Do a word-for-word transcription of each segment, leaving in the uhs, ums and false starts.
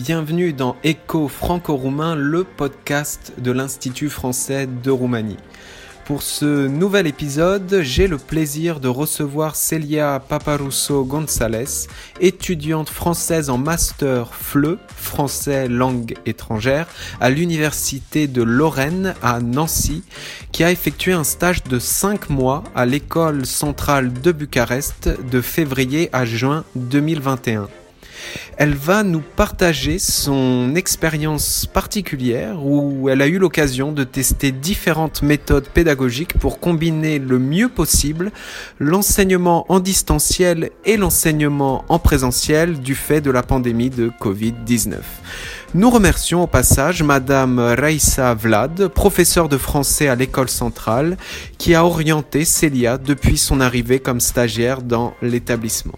bienvenue dans Écho franco-roumain, le podcast de l'Institut français de Roumanie. Pour ce nouvel épisode, j'ai le plaisir de recevoir Célia Paparusso-González, étudiante française en master F L E, français langue étrangère, à l'université de Lorraine à Nancy, qui a effectué un stage de cinq mois à l'école centrale de Bucarest de février à juin deux mille vingt et un. Elle va nous partager son expérience particulière où elle a eu l'occasion de tester différentes méthodes pédagogiques pour combiner le mieux possible l'enseignement en distanciel et l'enseignement en présentiel du fait de la pandémie de covid dix-neuf. Nous remercions au passage Madame Raïssa Vlad, professeure de français à l'école centrale, qui a orienté Célia depuis son arrivée comme stagiaire dans l'établissement.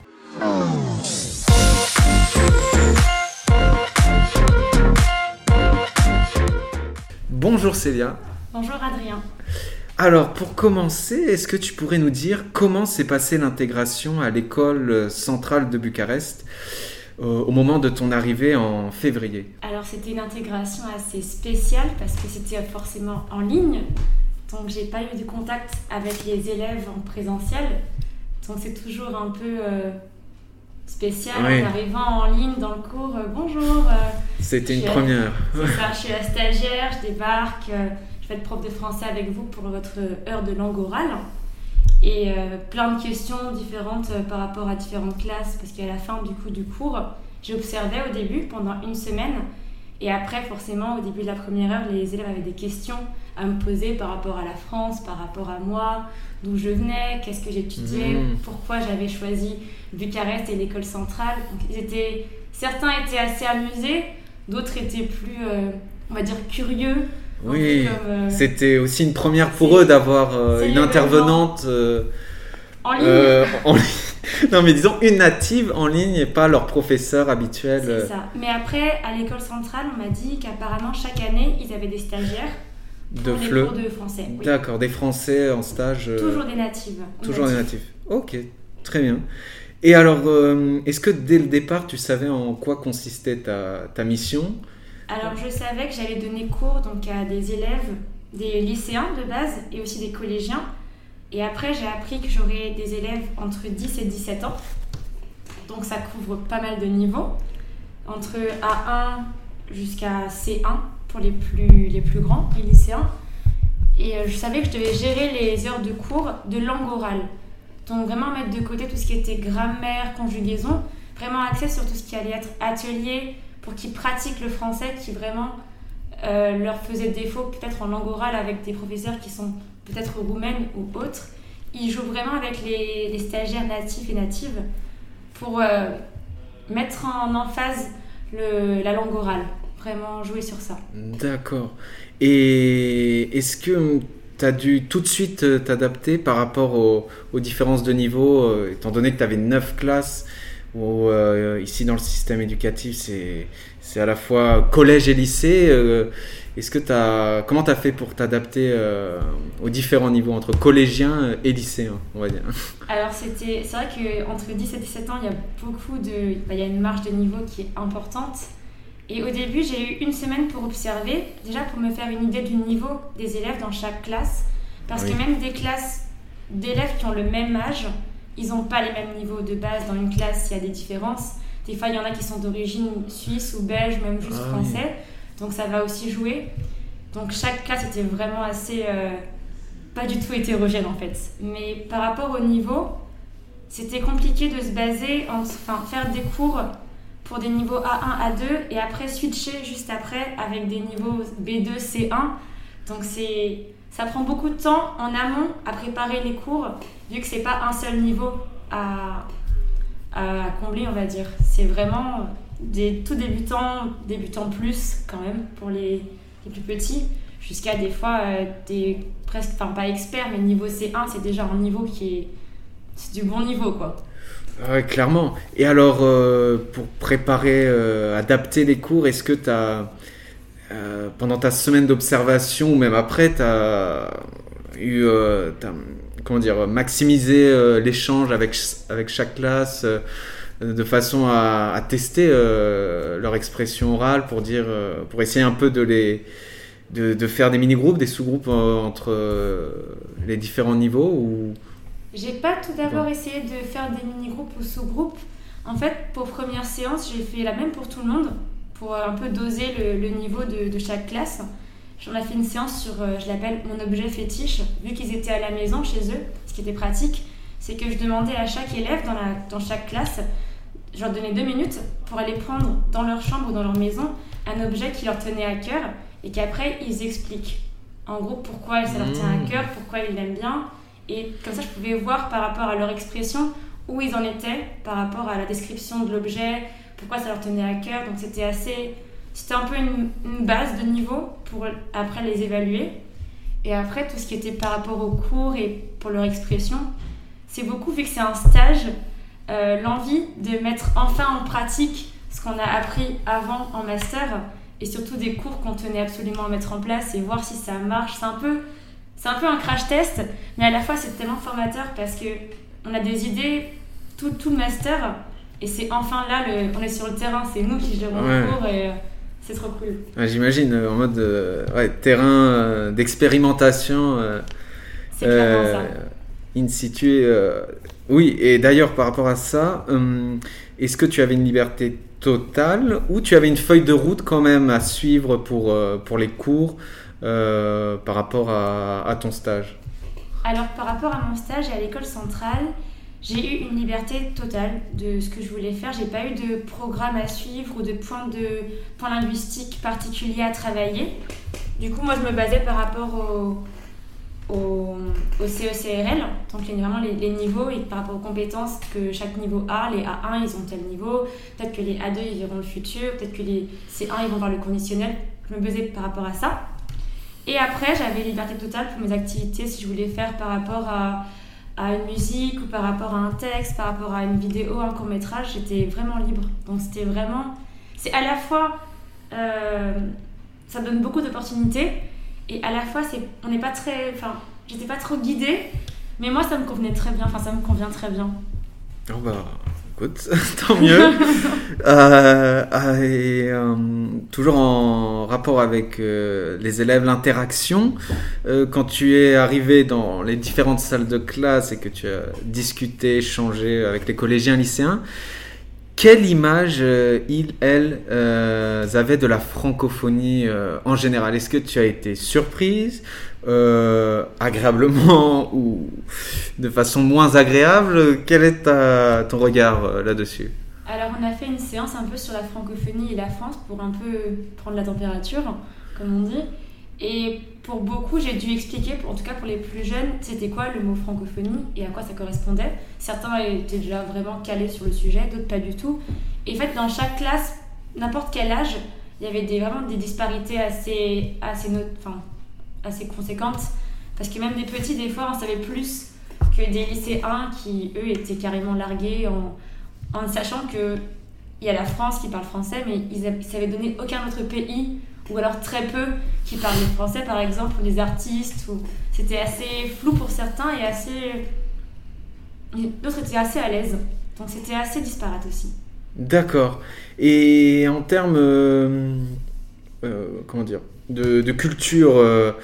Bonjour Célia. Bonjour Adrien. Alors pour commencer, est-ce que tu pourrais nous dire comment s'est passée l'intégration à l'école centrale de Bucarest euh, au moment de ton arrivée en février ? Alors c'était une intégration assez spéciale parce que c'était forcément en ligne, donc j'ai pas eu de contact avec les élèves en présentiel, donc c'est toujours un peu euh, spécial oui. En arrivant en ligne dans le cours. Euh, bonjour. Euh, C'était une première. C'est ça, je suis la stagiaire, je débarque, euh, je vais être prof de français avec vous pour votre heure de langue orale. Et euh, plein de questions différentes euh, par rapport à différentes classes, parce qu'à la fin du coup du cours, j'observais au début pendant une semaine. Et après, forcément, au début de la première heure, les élèves avaient des questions à me poser par rapport à la France, par rapport à moi, d'où je venais, qu'est-ce que j'étudiais, mmh. pourquoi j'avais choisi Bucarest et l'école centrale. Donc, ils étaient, certains étaient assez amusés, d'autres étaient plus, euh, on va dire, curieux. Oui, comme, euh, c'était aussi une première pour eux d'avoir euh, une intervenante euh, en ligne. Euh, en ligne. Non, mais disons une native en ligne et pas leur professeur habituel. C'est ça. Mais après, à l'école centrale, on m'a dit qu'apparemment, chaque année, ils avaient des stagiaires pour de les F L E. cours de français. Oui. D'accord, des Français en stage. Euh... Toujours des natives. Toujours des natifs. Ok, très bien. Et alors, euh, est-ce que dès le départ, tu savais en quoi consistait ta, ta mission ? Alors, je savais que j'allais donner cours donc, à des élèves, des lycéens de base et aussi des collégiens. Et après, j'ai appris que j'aurais des élèves entre dix et dix-sept ans. Donc, ça couvre pas mal de niveaux. Entre A un jusqu'à C un pour les plus, les plus grands, les lycéens. Et je savais que je devais gérer les heures de cours de langue orale. Donc, vraiment mettre de côté tout ce qui était grammaire, conjugaison. Vraiment axer sur tout ce qui allait être atelier pour qu'ils pratiquent le français qui vraiment euh, leur faisait défaut, peut-être en langue orale avec des professeurs qui sont peut-être roumaines ou autres. Ils jouent vraiment avec les, les stagiaires natifs et natives pour euh, mettre en emphase le, la langue orale, vraiment jouer sur ça. D'accord. Et est-ce que tu as dû tout de suite t'adapter par rapport aux, aux différences de niveau, euh, étant donné que tu avais neuf classes, où euh, ici dans le système éducatif, c'est, c'est à la fois collège et lycée. Euh, Est-ce que t'as, comment tu as fait pour t'adapter euh, aux différents niveaux entre collégiens et lycéens, on va dire ? Alors, c'était, c'est vrai qu'entre dix et dix-sept ans, il y a beaucoup de, bah, il y a une marge de niveau qui est importante. Et au début, j'ai eu une semaine pour observer, déjà pour me faire une idée du niveau des élèves dans chaque classe. Parce oui. que même des classes d'élèves qui ont le même âge, ils n'ont pas les mêmes niveaux de base. Dans une classe, il y a des différences. Des fois, il y en a qui sont d'origine suisse ou belge, même juste ah, français. Oui. Donc ça va aussi jouer. Donc chaque classe était vraiment assez... Euh, pas du tout hétérogène en fait. Mais par rapport au niveau, c'était compliqué de se baser, en, enfin faire des cours pour des niveaux A un, A deux et après switcher juste après avec des niveaux B deux, C un. Donc c'est, ça prend beaucoup de temps en amont à préparer les cours, vu que c'est pas un seul niveau à, à combler, on va dire. C'est vraiment... des tout débutants, débutants plus quand même pour les, les plus petits, jusqu'à des fois euh, des presque, enfin pas experts, mais niveau C un, c'est déjà un niveau qui est, c'est du bon niveau quoi. Ouais, clairement. Et alors, euh, pour préparer, euh, adapter les cours, est-ce que tu as, euh, pendant ta semaine d'observation ou même après, tu as eu, euh, t'as, comment dire, maximisé euh, l'échange avec, avec chaque classe euh, de façon à, à tester euh, leur expression orale pour dire, euh, pour essayer un peu de les, de, de faire des mini-groupes, des sous-groupes euh, entre euh, les différents niveaux ou... J'ai pas tout d'abord essayé de faire des mini-groupes ou sous-groupes. En fait, pour première séance, j'ai fait la même pour tout le monde, pour un peu doser le, le niveau de, de chaque classe. J'en ai fait une séance sur, euh, je l'appelle mon objet fétiche, vu qu'ils étaient à la maison chez eux, ce qui était pratique, c'est que je demandais à chaque élève dans, la, dans chaque classe, je leur donnais deux minutes pour aller prendre dans leur chambre ou dans leur maison un objet qui leur tenait à cœur et qu'après ils expliquent. En gros, pourquoi ça leur tient à cœur, pourquoi ils l'aiment bien. Et comme ça, je pouvais voir par rapport à leur expression où ils en étaient, par rapport à la description de l'objet, pourquoi ça leur tenait à cœur. Donc c'était assez... C'était un peu une, une base de niveau pour après les évaluer. Et après, tout ce qui était par rapport au cours et pour leur expression, c'est beaucoup, vu que c'est un stage, euh, l'envie de mettre enfin en pratique ce qu'on a appris avant en master et surtout des cours qu'on tenait absolument à mettre en place et voir si ça marche. C'est un peu... C'est un peu un crash test, mais à la fois c'est tellement formateur parce qu'on a des idées tout, tout le master et c'est enfin là, le, on est sur le terrain, c'est nous qui gérons ouais. le cours et euh, c'est trop cool. Ouais, j'imagine en mode euh, ouais, terrain euh, d'expérimentation euh, c'est clairement euh, ça. In situ. Euh, oui, et d'ailleurs par rapport à ça, euh, est-ce que tu avais une liberté totale ou tu avais une feuille de route quand même à suivre pour, euh, pour les cours Euh, par rapport à, à ton stage? Alors par rapport à mon stage et à l'école centrale, j'ai eu une liberté totale de ce que je voulais faire. J'ai pas eu de programme à suivre ou de points de points linguistiques particuliers à travailler. Du coup, moi je me basais par rapport au, au, au C E C R L, donc les, vraiment les, les niveaux et par rapport aux compétences que chaque niveau a. Les A un ils ont tel niveau, peut-être que les A deux ils verront le futur, peut-être que les C un ils vont voir le conditionnel. Je me basais par rapport à ça. Et après, j'avais liberté totale pour mes activités, si je voulais faire par rapport à, à une musique ou par rapport à un texte, par rapport à une vidéo, un court-métrage, j'étais vraiment libre. Donc c'était vraiment... C'est à la fois... Euh, ça donne beaucoup d'opportunités et à la fois, c'est, on n'est pas très... Enfin, j'étais pas trop guidée, mais moi, ça me convenait très bien. Enfin, ça me convient très bien. Oh bah... Écoute, tant mieux. euh, et, euh, toujours en rapport avec euh, les élèves, l'interaction, euh, quand tu es arrivé dans les différentes salles de classe et que tu as discuté, échangé avec les collégiens, lycéens, quelle image euh, ils, elles, euh, avaient de la francophonie euh, en général? Est-ce que tu as été surprise euh, agréablement ou de façon moins agréable? Quel est ta, ton regard euh, là-dessus? Alors on a fait une séance un peu sur la francophonie et la France pour un peu prendre la température, comme on dit. Et pour beaucoup, j'ai dû expliquer, en tout cas pour les plus jeunes, c'était quoi le mot francophonie et à quoi ça correspondait. Certains étaient déjà vraiment calés sur le sujet, d'autres pas du tout. Et en fait, dans chaque classe, n'importe quel âge, il y avait des, vraiment des disparités assez, assez, not- enfin, assez conséquentes. Parce que même des petits, des fois, on savait plus que des lycéens qui, eux, étaient carrément largués en, en sachant qu'il y a la France qui parle français, mais ils ne savaient donner aucun autre pays ou alors très peu qui parlent le français, par exemple, ou des artistes. Ou... C'était assez flou pour certains et assez... D'autres étaient assez à l'aise. Donc c'était assez disparate aussi. D'accord. Et en termes, euh, euh, comment dire, de, de culture, euh,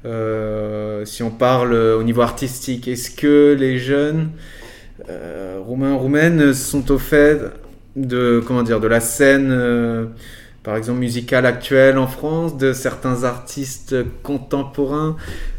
euh, si on parle au niveau artistique, est-ce que les jeunes euh, roumains, roumaines sont au fait de, comment dire, de la scène euh, par exemple musicale actuelle en France, de certains artistes contemporains,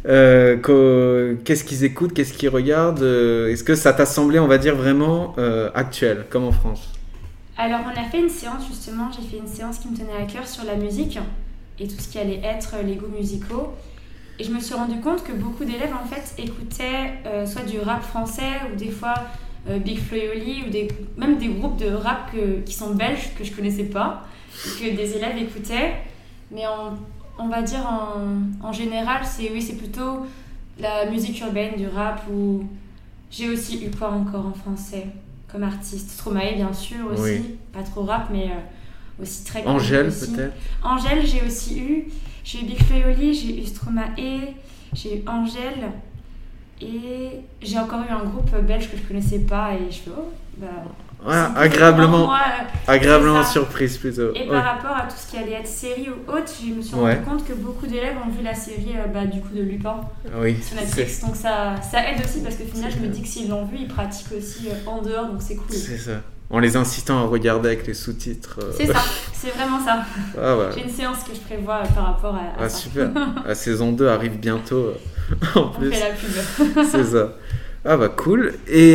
euh, qu'est-ce qu'ils écoutent, qu'est-ce qu'ils regardent, est-ce que ça t'a semblé, on va dire, vraiment euh, actuel, comme en France? Alors on a fait une séance justement, j'ai fait une séance qui me tenait à cœur sur la musique et tout ce qui allait être les goûts musicaux. Et je me suis rendu compte que beaucoup d'élèves en fait écoutaient euh, soit du rap français ou des fois euh, Big Flo et Oli ou des, même des groupes de rap que, qui sont belges que je connaissais pas. Que des élèves écoutaient, mais en, on va dire en, en général, c'est, oui, c'est plutôt la musique urbaine, du rap, ou j'ai aussi eu quoi encore en français comme artiste? Stromae bien sûr aussi, oui. Pas trop rap, mais euh, aussi très... Angèle aussi. Peut-être? Angèle j'ai aussi eu, j'ai eu Big Flo et Oli, j'ai eu Stromae, j'ai eu Angèle, et j'ai encore eu un groupe belge que je connaissais pas, et je fais oh, bah... Ouais, agréablement, moi, euh, agréablement surprise plutôt. Et ouais. par rapport à tout ce qui allait être série ou autre, je me suis rendu Ouais. compte que beaucoup d'élèves ont vu la série euh, bah, du coup de Lupin Oui, sur Netflix. c'est, Donc ça, ça aide aussi parce que finalement C'est je me bien. dis que s'ils l'ont vu, ils pratiquent aussi euh, en dehors, donc c'est cool. c'est ça. En les incitant à regarder avec les sous-titres. euh, C'est ça, c'est vraiment ça. Ah ouais. J'ai une séance que je prévois euh, par rapport à, à Ah, ça. super. La saison deux arrive bientôt. euh, en On plus. fait la pub. C'est ça. Ah bah cool. Et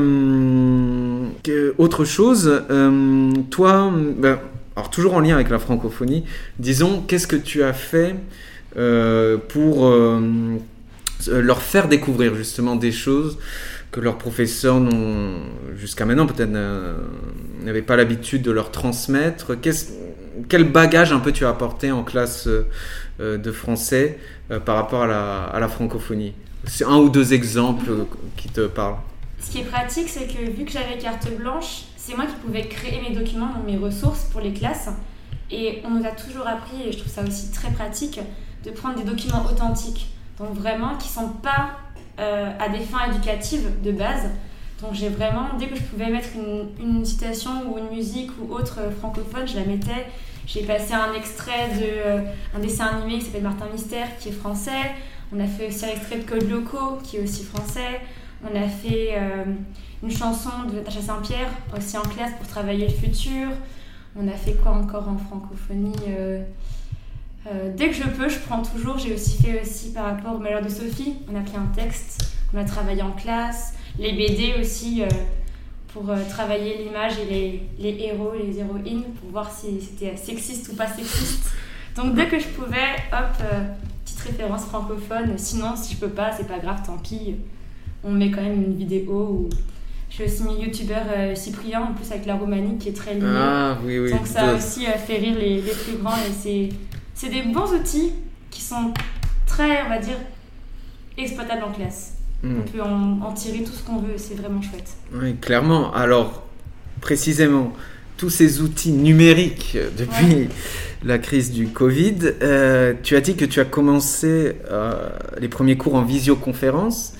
euh, que- autre chose, euh, toi, ben, alors toujours en lien avec la francophonie, disons, qu'est-ce que tu as fait euh, pour euh, leur faire découvrir justement des choses que leurs professeurs n'ont jusqu'à maintenant peut-être n'a- n'avaient pas l'habitude de leur transmettre. Qu'est-ce- quel bagage un peu tu as apporté en classe euh, de français euh, par rapport à la, à la francophonie? C'est un ou deux exemples euh, qui te parlent. Ce qui est pratique, c'est que vu que j'avais carte blanche, c'est moi qui pouvais créer mes documents, donc mes ressources pour les classes. Et on nous a toujours appris, et je trouve ça aussi très pratique, de prendre des documents authentiques. Donc vraiment, qui ne sont pas euh, à des fins éducatives de base. Donc j'ai vraiment, dès que je pouvais mettre une, une citation ou une musique ou autre euh, francophone, je la mettais. J'ai passé un extrait de euh, un dessin animé qui s'appelle Martin Mystère, qui est français. On a fait aussi un extrait de Codes locaux, qui est aussi français. On a fait euh, une chanson de Natacha Saint-Pierre, aussi en classe, pour travailler le futur. On a fait quoi encore en francophonie euh, euh, Dès que je peux, je prends toujours. J'ai aussi fait aussi par rapport au Malheur de Sophie. On a pris un texte qu'on a travaillé en classe. Les B D aussi, euh, pour euh, travailler l'image et les, les héros et les héroïnes, pour voir si c'était sexiste ou pas sexiste. Donc dès que je pouvais, hop, euh, petite référence francophone. Sinon, si je peux pas, c'est pas grave, tant pis. On met quand même une vidéo. Où... J'ai aussi mis youtubeur euh, Cyprien, en plus avec la Roumanie, qui est très liée. Ah oui, oui. Donc ça a aussi euh, fait rire les, les plus grands. Et c'est, c'est des bons outils qui sont très, on va dire, exploitables en classe. Mm. On peut en, en tirer tout ce qu'on veut, c'est vraiment chouette. Oui, clairement. Alors, précisément, tous ces outils numériques euh, depuis Ouais. la crise du Covid, euh, tu as dit que tu as commencé euh, les premiers cours en visioconférence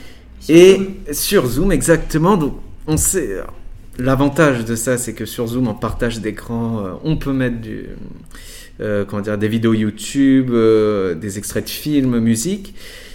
et sur Zoom, exactement. Donc, on sait. L'avantage de ça, c'est que sur Zoom, en partage d'écran, euh, on peut mettre du, euh, comment dire, des vidéos YouTube, euh, des extraits de films, musique.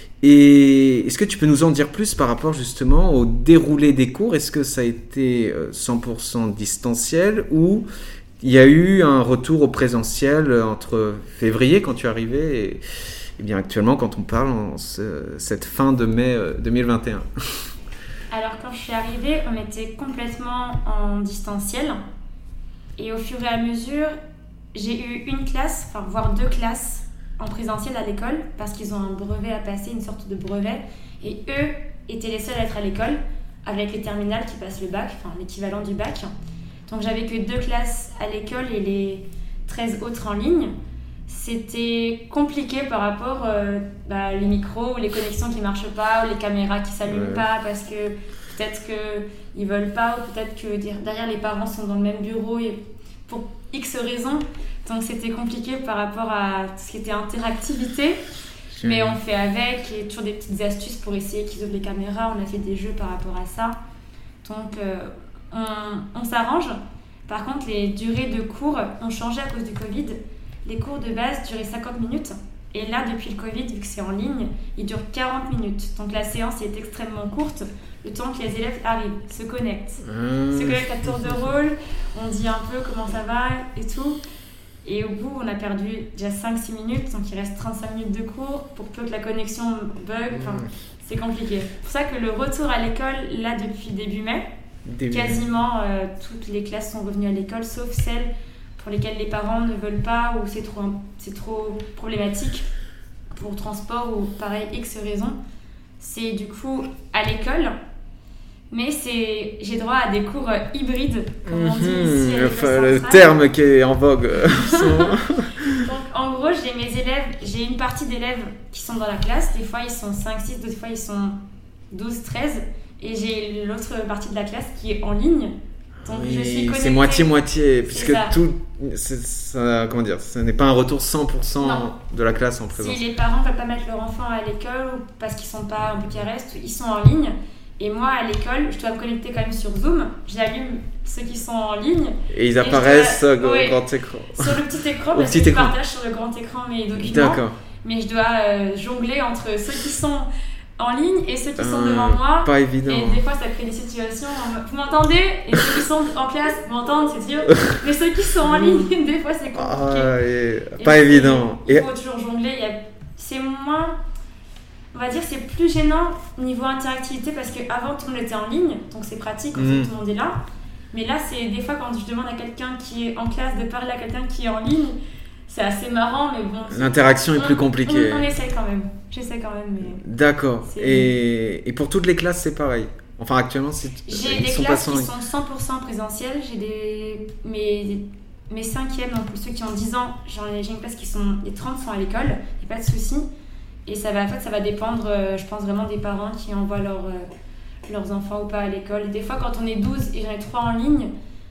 Et est-ce que tu peux nous en dire plus par rapport justement au déroulé des cours? Est-ce que ça a été cent pour cent distanciel ou il y a eu un retour au présentiel entre février quand tu es arrivé et, et bien actuellement quand on parle en ce, cette fin de mai deux mille vingt et un? Alors quand je suis arrivée, on était complètement en distanciel. Et au fur et à mesure, j'ai eu une classe, enfin voire deux classes en présentiel à l'école parce qu'ils ont un brevet à passer, une sorte de brevet. Et eux étaient les seuls à être à l'école avec les terminales qui passent le bac, enfin l'équivalent du bac. Donc j'avais que deux classes à l'école et les treize autres en ligne. C'était compliqué par rapport euh, bah, les micros ou les connexions qui ne marchent pas ou les caméras qui ne s'allument Ouais. pas parce que peut-être qu'ils ne veulent pas ou peut-être que derrière les parents sont dans le même bureau et pour X raisons. Donc c'était compliqué par rapport à tout ce qui était interactivité. Mais on fait avec, et toujours des petites astuces pour essayer qu'ils ouvrent les caméras. On a fait des jeux par rapport à ça. Donc euh, on, on s'arrange. Par contre, les durées de cours ont changé à cause du Covid. Les cours de base duraient cinquante minutes. Et là, depuis le Covid, vu que c'est en ligne, ils durent quarante minutes. Donc la séance est extrêmement courte, le temps que les élèves arrivent, se connectent. Mmh. Se connectent à tour de rôle, on dit un peu comment ça va et tout. Et au bout, on a perdu déjà cinq six minutes, donc il reste trente-cinq minutes de cours pour peu que la connexion bug. Enfin, c'est compliqué. C'est pour ça que le retour à l'école, là, depuis début mai, Début. quasiment euh, toutes les classes sont revenues à l'école, sauf celles pour lesquelles les parents ne veulent pas ou c'est trop, c'est trop problématique pour le transport ou pareil, X raisons. C'est du coup à l'école. Mais c'est, j'ai droit à des cours hybrides, comme on dit ici. Mmh, à enfin, l'école le centrale. terme qui est en vogue. Donc en gros, j'ai mes élèves, j'ai une partie d'élèves qui sont dans la classe. Des fois, ils sont cinq six, d'autres fois, ils sont douze treize. Et j'ai l'autre partie de la classe qui est en ligne. Donc Oui, je suis connectée. c'est moitié-moitié, puisque ça. tout, c'est, ça, comment dire, ce n'est pas un retour cent pour cent Non. de la classe en présence. Si les parents ne veulent pas mettre leur enfant à l'école ou parce qu'ils ne sont pas en Bucarest, ils sont en ligne. Et moi, à l'école, je dois me connecter quand même sur Zoom. J'allume ceux qui sont en ligne. Et ils apparaissent au dois... grand écran. Sur le petit écran, Au parce petit que écran. je partage sur le grand écran mes documents. D'accord. Mais je dois euh, jongler entre ceux qui sont en ligne et ceux qui sont Euh, devant moi. Pas évident. Et des fois, ça crée des situations. Vous m'entendez? Et ceux qui sont en classe m'entendent, c'est sûr. Mais ceux qui sont en ligne, des fois, c'est compliqué. Ah, et... Et Pas évident. Il Et... faut toujours jongler. Il y a... C'est moins. On va dire c'est plus gênant niveau interactivité parce qu'avant tout le monde était en ligne, donc c'est pratique, en Mm. fait, tout le monde est là. Mais là, c'est des fois quand je demande à quelqu'un qui est en classe de parler à quelqu'un qui est en ligne, c'est assez marrant, mais bon. L'interaction est on, plus compliquée. On, on essaie quand même. J'essaie quand même, mais. D'accord. C'est- Et... Et pour toutes les classes, c'est pareil. Enfin, actuellement, c'est... J'ai ils des sont classes pas qui sans- sont cent pour cent présentielles. J'ai des. Mes, mes cinquièmes, donc ceux qui ont dix ans, j'en ai, j'ai une classe qui sont. Les trente sont à l'école, il n'y a pas de souci. Et ça va, en fait, ça va dépendre, euh, je pense vraiment des parents qui envoient leur, euh, leurs enfants ou pas à l'école. Des fois, quand on est douze et j'en ai trois en ligne,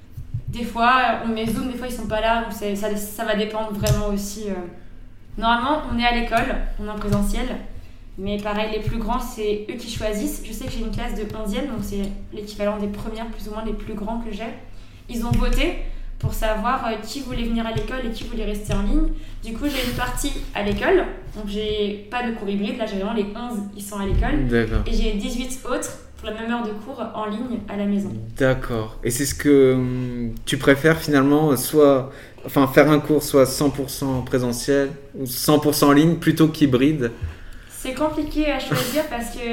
des fois, on met Zoom, des fois, ils sont pas là. Donc c'est, ça, ça va dépendre vraiment aussi. euh. Normalement, on est à l'école, on est en présentiel. Mais pareil, les plus grands, c'est eux qui choisissent. Je sais que j'ai une classe de onzième, donc c'est l'équivalent des premières, plus ou moins les plus grands que j'ai. Ils ont voté pour savoir euh, qui voulait venir à l'école et qui voulait rester en ligne. Du coup, j'ai une partie à l'école, donc j'ai pas de cours hybride. Là, j'ai vraiment les onze, ils sont à l'école. D'accord. Et j'ai dix-huit autres pour la même heure de cours en ligne à la maison. D'accord. Et c'est ce que hum, tu préfères finalement, soit... Enfin, faire un cours soit cent pour cent présentiel ou cent pour cent en ligne plutôt qu'hybride. C'est compliqué à choisir parce que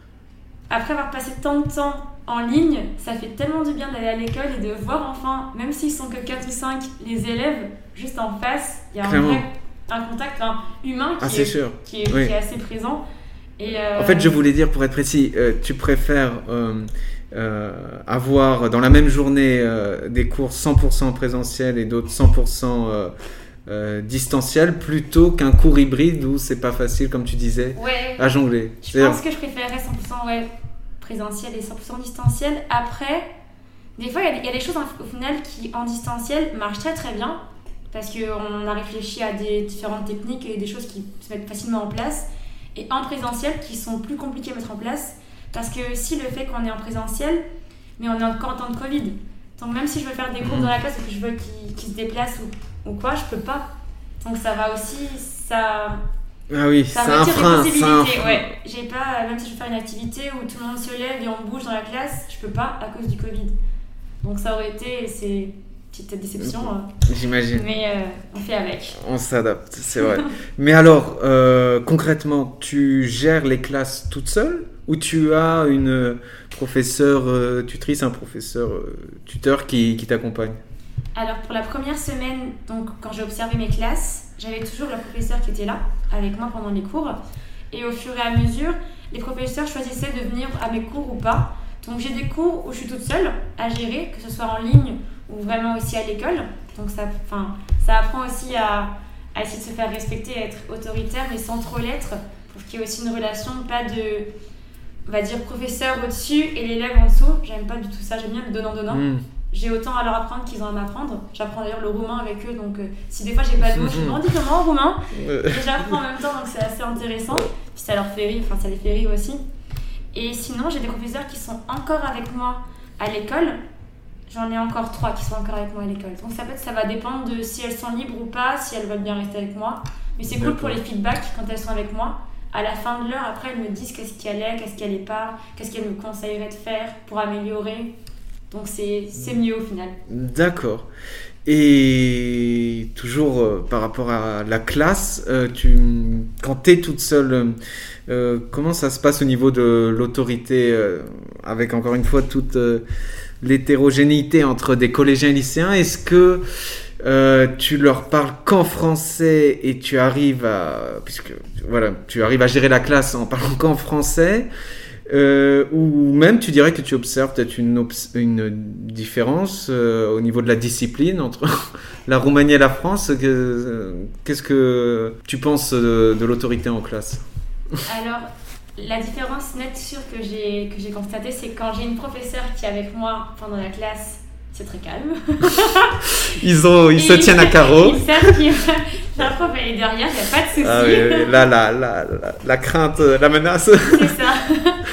après avoir passé tant de temps en ligne, ça fait tellement du bien d'aller à l'école et de voir enfin, même s'ils sont que quatre ou cinq, les élèves juste en face. Il y a un, Clairement. vrai, un contact hein, humain qui, Ah, c'est est, sûr. qui, est, Oui. qui est assez présent. Et, euh, En fait, je voulais dire, pour être précis, euh, tu préfères euh, euh, avoir dans la même journée euh, des cours cent pour cent présentiels et d'autres cent pour cent euh, euh, distanciels plutôt qu'un cours hybride où c'est pas facile, comme tu disais, Ouais, à jongler. je C'est-à-dire- pense que je préférerais cent pour cent ouais, présentiel et cent pour cent distanciel. Après, des fois, il y a des- il y, a des choses au final qui, en distanciel, marchent très très bien parce qu'on a réfléchi à des différentes techniques et des choses qui se mettent facilement en place. Et en présentiel, qui sont plus compliquées à mettre en place parce que si le fait qu'on est en présentiel, mais on est encore en temps de Covid. Donc même si je veux faire des cours dans la classe et que je veux qu'ils qu'ils se déplacent ou, ou quoi, je peux pas. Donc ça va aussi, ça... Ah oui, Ça c'est un retire des frein. C'est un possibilités, frein. ouais. J'ai pas, même si je veux faire une activité où tout le monde se lève et on bouge dans la classe, je peux pas à cause du Covid. Donc ça aurait été, c'est une petite déception, hein. J'imagine. Mais euh, on fait avec. On s'adapte, c'est vrai. Mais alors, euh, concrètement, tu gères les classes toute seule ou tu as une professeure euh, tutrice, un professeur euh, tuteur qui, qui t'accompagne? Alors pour la première semaine, donc quand j'ai observé mes classes, j'avais toujours le professeur qui était là avec moi pendant les cours. Et au fur et à mesure, les professeurs choisissaient de venir à mes cours ou pas. Donc j'ai des cours où je suis toute seule à gérer, que ce soit en ligne ou vraiment aussi à l'école. Donc ça, enfin, ça apprend aussi à, à essayer de se faire respecter, à être autoritaire, mais sans trop l'être, pour qu'il y ait aussi une relation, pas de, on va dire, professeur au-dessus et l'élève en dessous. J'aime pas du tout ça, j'aime bien le donnant-donnant. Mmh. J'ai autant à leur apprendre qu'ils ont à m'apprendre. J'apprends d'ailleurs le roumain avec eux, donc euh, si des fois j'ai pas de mots, je me dis comment en roumain. Euh, Et j'apprends en même temps, donc c'est assez intéressant. Puis ça leur fait rire, enfin ça les fait rire aussi. Et sinon, j'ai des professeurs qui sont encore avec moi à l'école. J'en ai encore trois qui sont encore avec moi à l'école. Donc ça, peut être, ça va dépendre de si elles sont libres ou pas, si elles veulent bien rester avec moi. Mais c'est cool pour les feedbacks quand elles sont avec moi. À la fin de l'heure, après, elles me disent qu'est-ce qui allait, qu'est-ce qui allait pas, qu'est-ce qu'elles me conseilleraient de faire pour améliorer. Donc c'est, c'est mieux au final. D'accord. Et toujours euh, par rapport à la classe, euh, tu, quand tu es toute seule, euh, comment ça se passe au niveau de l'autorité, euh, avec encore une fois toute euh, l'hétérogénéité entre des collégiens et lycéens? Est-ce que euh, tu leur parles qu'en français et tu arrives à, puisque, voilà, tu arrives à gérer la classe en parlant qu'en français? Euh, ou même tu dirais que tu observes peut-être une, obs- une différence euh, au niveau de la discipline entre la Roumanie et la France. Que, euh, qu'est-ce que tu penses de, de l'autorité en classe? Alors, la différence nette sûre que j'ai, que j'ai constatée, c'est quand j'ai une professeure qui est avec moi pendant la classe, c'est très calme. Ils, ont, ils se Et tiennent à carreau. Ils savent que la prof elle est derrière, il n'y a pas de souci. Ah oui, là, là, là, là, la crainte, la menace. C'est ça. Et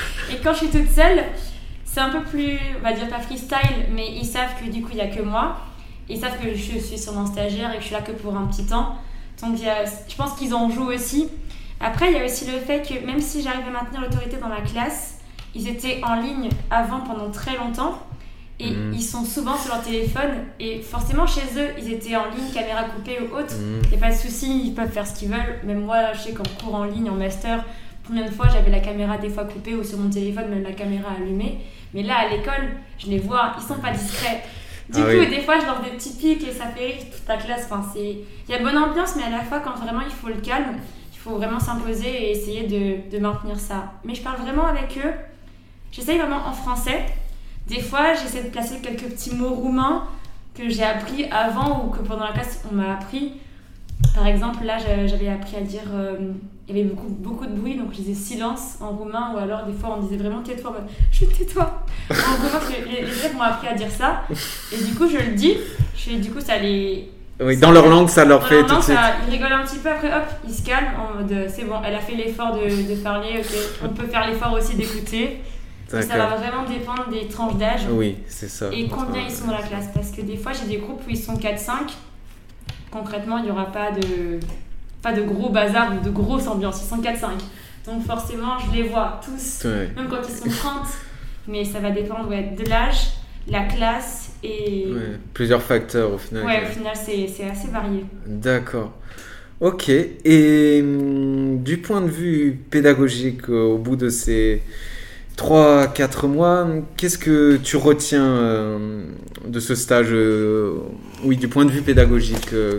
quand je suis toute seule, c'est un peu plus, on va dire pas freestyle, mais ils savent que du coup, il n'y a que moi. Ils savent que je suis sûrement stagiaire et que je suis là que pour un petit temps. Donc, il y a, je pense qu'ils en jouent aussi. Après, il y a aussi le fait que même si j'arrive à maintenir l'autorité dans la classe, ils étaient en ligne avant pendant très longtemps. Et mmh. ils sont souvent sur leur téléphone. Et forcément, chez eux, ils étaient en ligne, caméra coupée ou autre. Il mmh. n'y a pas de souci, ils peuvent faire ce qu'ils veulent. Même moi, je sais qu'en cours en ligne, en master, combien de fois j'avais la caméra des fois coupée ou sur mon téléphone, même la caméra allumée. Mais là, à l'école, je les vois, ils sont pas discrets. Du ah coup, oui. des fois, je lance des petits pics et ça fait rire toute la classe. Enfin, c'est... Il y a bonne ambiance, mais à la fois, quand vraiment il faut le calme, il faut vraiment s'imposer et essayer de, de maintenir ça. Mais je parle vraiment avec eux. J'essaye vraiment en français. Des fois, j'essaie de placer quelques petits mots roumains que j'ai appris avant ou que pendant la classe, on m'a appris. Par exemple, là, j'avais appris à dire... Euh, il y avait beaucoup, beaucoup de bruit, donc je disais silence en roumain, ou alors des fois on disait vraiment tais-toi, en mode je tais-toi en roumain, parce que les, les élèves m'ont appris à dire ça, et du coup je le dis, je fais, du coup ça les... Oui, dans leur langue ça leur dans fait leur tout de suite. Ça, ils rigolent un petit peu, après hop, ils se calment, en mode c'est bon, elle a fait l'effort de, de parler, ok, on peut faire l'effort aussi d'écouter. Et ça va vraiment dépendre des tranches d'âge. Oui, c'est ça. Et combien ils sont dans la classe, parce que des fois j'ai des groupes où ils sont quatre cinq, concrètement il n'y aura pas de... pas de gros bazar ou de grosse ambiance, ils sont quatre cinq. Donc forcément, je les vois tous, ouais. même quand ils sont trente. Mais ça va dépendre ouais, de l'âge, la classe et... Ouais, plusieurs facteurs au final. Ouais, au final, c'est, c'est assez varié. D'accord. Ok. Et hum, du point de vue pédagogique, au bout de ces trois quatre mois, qu'est-ce que tu retiens euh, de ce stage euh, oui, du point de vue pédagogique euh,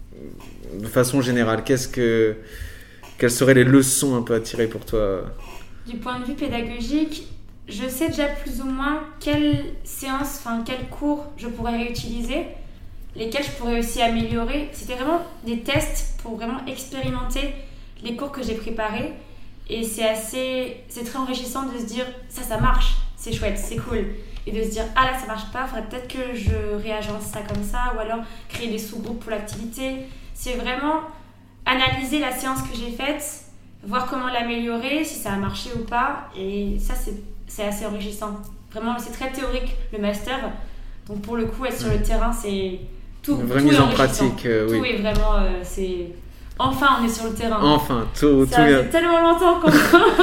de façon générale, qu'est-ce que, quelles seraient les leçons un peu à tirer pour toi? Du point de vue pédagogique, je sais déjà plus ou moins quelles séances, enfin quels cours je pourrais réutiliser, lesquels je pourrais aussi améliorer. C'était vraiment des tests pour vraiment expérimenter les cours que j'ai préparés. Et c'est assez, c'est très enrichissant de se dire ça, ça marche, c'est chouette, c'est cool. Et de se dire ah là ça marche pas, faudrait peut-être que je réagence ça comme ça, ou alors créer des sous-groupes pour l'activité. C'est vraiment analyser la séance que j'ai faite, voir comment l'améliorer, si ça a marché ou pas. Et ça, c'est, c'est assez enrichissant. Vraiment, c'est très théorique, le master. Donc, pour le coup, être sur le terrain, c'est tout. Une vraie tout mise en pratique, euh, oui. Tout est vraiment... Euh, c'est... Enfin, on est sur le terrain. Enfin, tout... Ça tout fait tellement longtemps qu'on...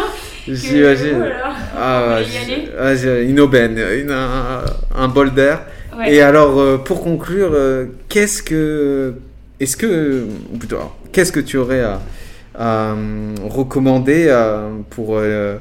J'imagine. Oh là, ah, on va y aller. Ah, une aubaine, une, un, un bol d'air. Ouais. Et alors, euh, pour conclure, euh, qu'est-ce que... Est-ce que, ou plutôt, alors, qu'est-ce que tu aurais à, à recommander à, pour euh,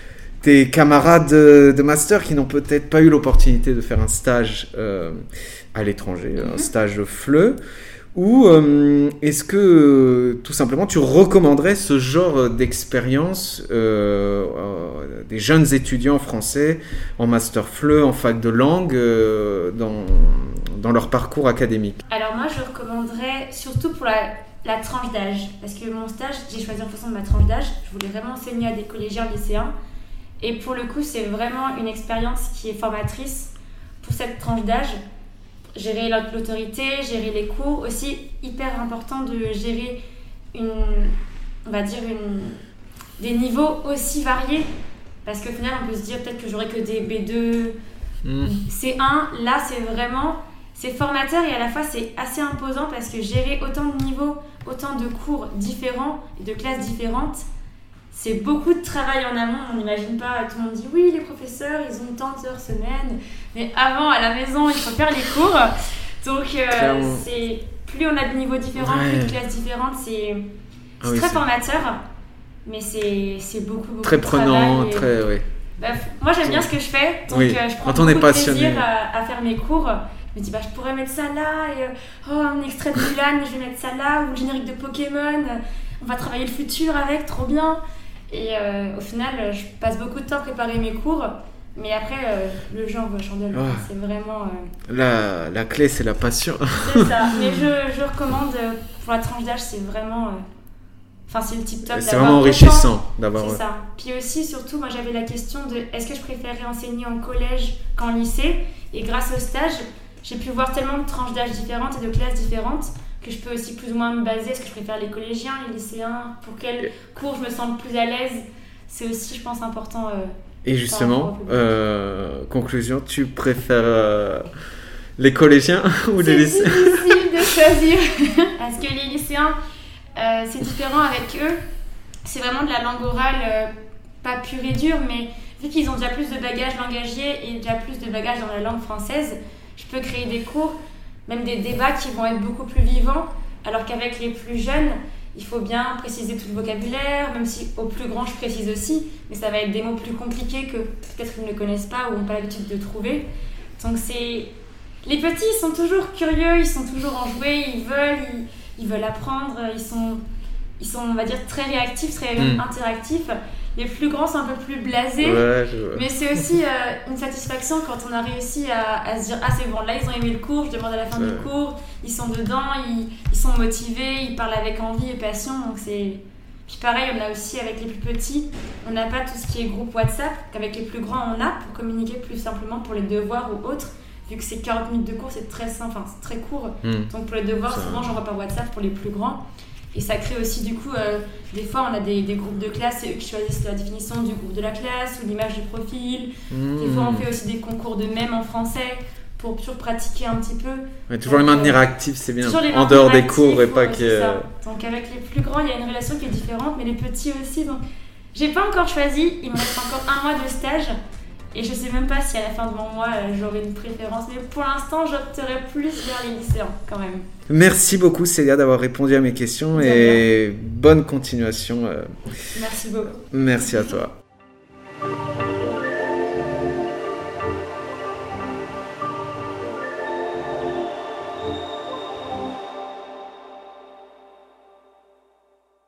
tes camarades de, de master qui n'ont peut-être pas eu l'opportunité de faire un stage euh, à l'étranger, mm-hmm. un stage F L E, ou euh, est-ce que tout simplement tu recommanderais ce genre d'expérience euh, euh, des jeunes étudiants français en master F L E, en fac de langue, euh, dans dans leur parcours académique? Alors moi, je recommanderais surtout pour la, la tranche d'âge. Parce que mon stage, j'ai choisi en fonction de ma tranche d'âge. Je voulais vraiment enseigner à des collégiens, lycéens. Et pour le coup, c'est vraiment une expérience qui est formatrice pour cette tranche d'âge. Gérer l'autorité, gérer les cours. Aussi, hyper important de gérer une, on va dire une, des niveaux aussi variés. Parce qu'au final, on peut se dire peut-être que j'aurais que des B deux, mmh. C un. Là, c'est vraiment... C'est formateur et à la fois c'est assez imposant parce que gérer autant de niveaux, autant de cours différents et de classes différentes, c'est beaucoup de travail en amont. On n'imagine pas, tout le monde dit oui, les professeurs ils ont tant d'heures semaine, mais avant à la maison il faut faire les cours. Donc euh, c'est, plus on a de niveaux différents, ouais. plus de classes différentes, c'est, c'est ah oui, très c'est... formateur, mais c'est, c'est beaucoup, beaucoup très de prenant, travail. Et... très, oui. Bah, moi j'aime bien ce que je fais, donc oui. euh, je prends Quand on beaucoup est passionné. de plaisir à, à faire mes cours. Je me dis, bah, je pourrais mettre ça là, et oh, un extrait de Mulan, je vais mettre ça là, ou le générique de Pokémon, on va travailler le futur avec, trop bien. Et euh, au final, je passe beaucoup de temps à préparer mes cours, mais après, euh, le jeu envoie chandelle, oh. c'est vraiment... Euh... La, la clé, c'est la passion. C'est ça, mais je, je recommande, pour la tranche d'âge, c'est vraiment... Enfin, euh... c'est le tip top. C'est vraiment enrichissant d'avoir... C'est ça. Puis aussi, surtout, moi, j'avais la question de est-ce que je préférais enseigner en collège qu'en lycée? Et grâce au stage... j'ai pu voir tellement de tranches d'âge différentes et de classes différentes que je peux aussi plus ou moins me baser. Est-ce que je préfère les collégiens, les lycéens? Pour quel cours je me sens le plus à l'aise? C'est aussi, je pense, important. Euh, Et justement, euh, conclusion, tu préfères euh, les collégiens ou les lycéens ? C'est difficile de choisir parce que les lycéens, euh, c'est différent avec eux. C'est vraiment de la langue orale, euh, pas pure et dure, mais vu qu'ils ont déjà plus de bagages langagiers et déjà plus de bagages dans la langue française, je peux créer des cours, même des débats qui vont être beaucoup plus vivants, alors qu'avec les plus jeunes, il faut bien préciser tout le vocabulaire, même si au plus grand je précise aussi, mais ça va être des mots plus compliqués que peut-être ils ne connaissent pas ou n'ont pas l'habitude de trouver. Donc c'est... Les petits, ils sont toujours curieux, ils sont toujours enjoués, ils veulent, ils, ils veulent apprendre, ils sont, ils sont, on va dire, très réactifs, très mmh. interactifs. Les plus grands sont un peu plus blasés, ouais, je... mais c'est aussi euh, une satisfaction quand on a réussi à, à se dire « Ah c'est bon, là ils ont aimé le cours, je demande à la fin ouais. du cours, ils sont dedans, ils, ils sont motivés, ils parlent avec envie et passion. » Donc c'est... Puis pareil, on a aussi avec les plus petits, on n'a pas tout ce qui est groupe WhatsApp, qu'avec les plus grands on a pour communiquer plus simplement pour les devoirs ou autres. Vu que c'est quarante minutes de cours, c'est très simple, enfin c'est très court. Mmh. Donc pour les devoirs, ça... souvent j'envoie par WhatsApp pour les plus grands. Et ça crée aussi du coup, euh, des fois on a des, des groupes de classe, c'est eux qui choisissent la définition du groupe de la classe ou l'image du profil. Mmh. Des fois on fait aussi des concours de mèmes en français pour toujours pratiquer un petit peu. Ouais, toujours Donc, les maintenir euh, actifs, c'est bien, en dehors des cours et pas ouais, que... Donc avec les plus grands, il y a une relation qui est différente, mais les petits aussi. Donc j'ai pas encore choisi, il me reste encore un mois de stage. Et je sais même pas si à la fin de mon mois, euh, j'aurai une préférence. Mais pour l'instant, j'opterai plus vers les lycéens, quand même. Merci beaucoup, Célia, d'avoir répondu à mes questions. Et bonne continuation. Merci beaucoup. Merci à toi.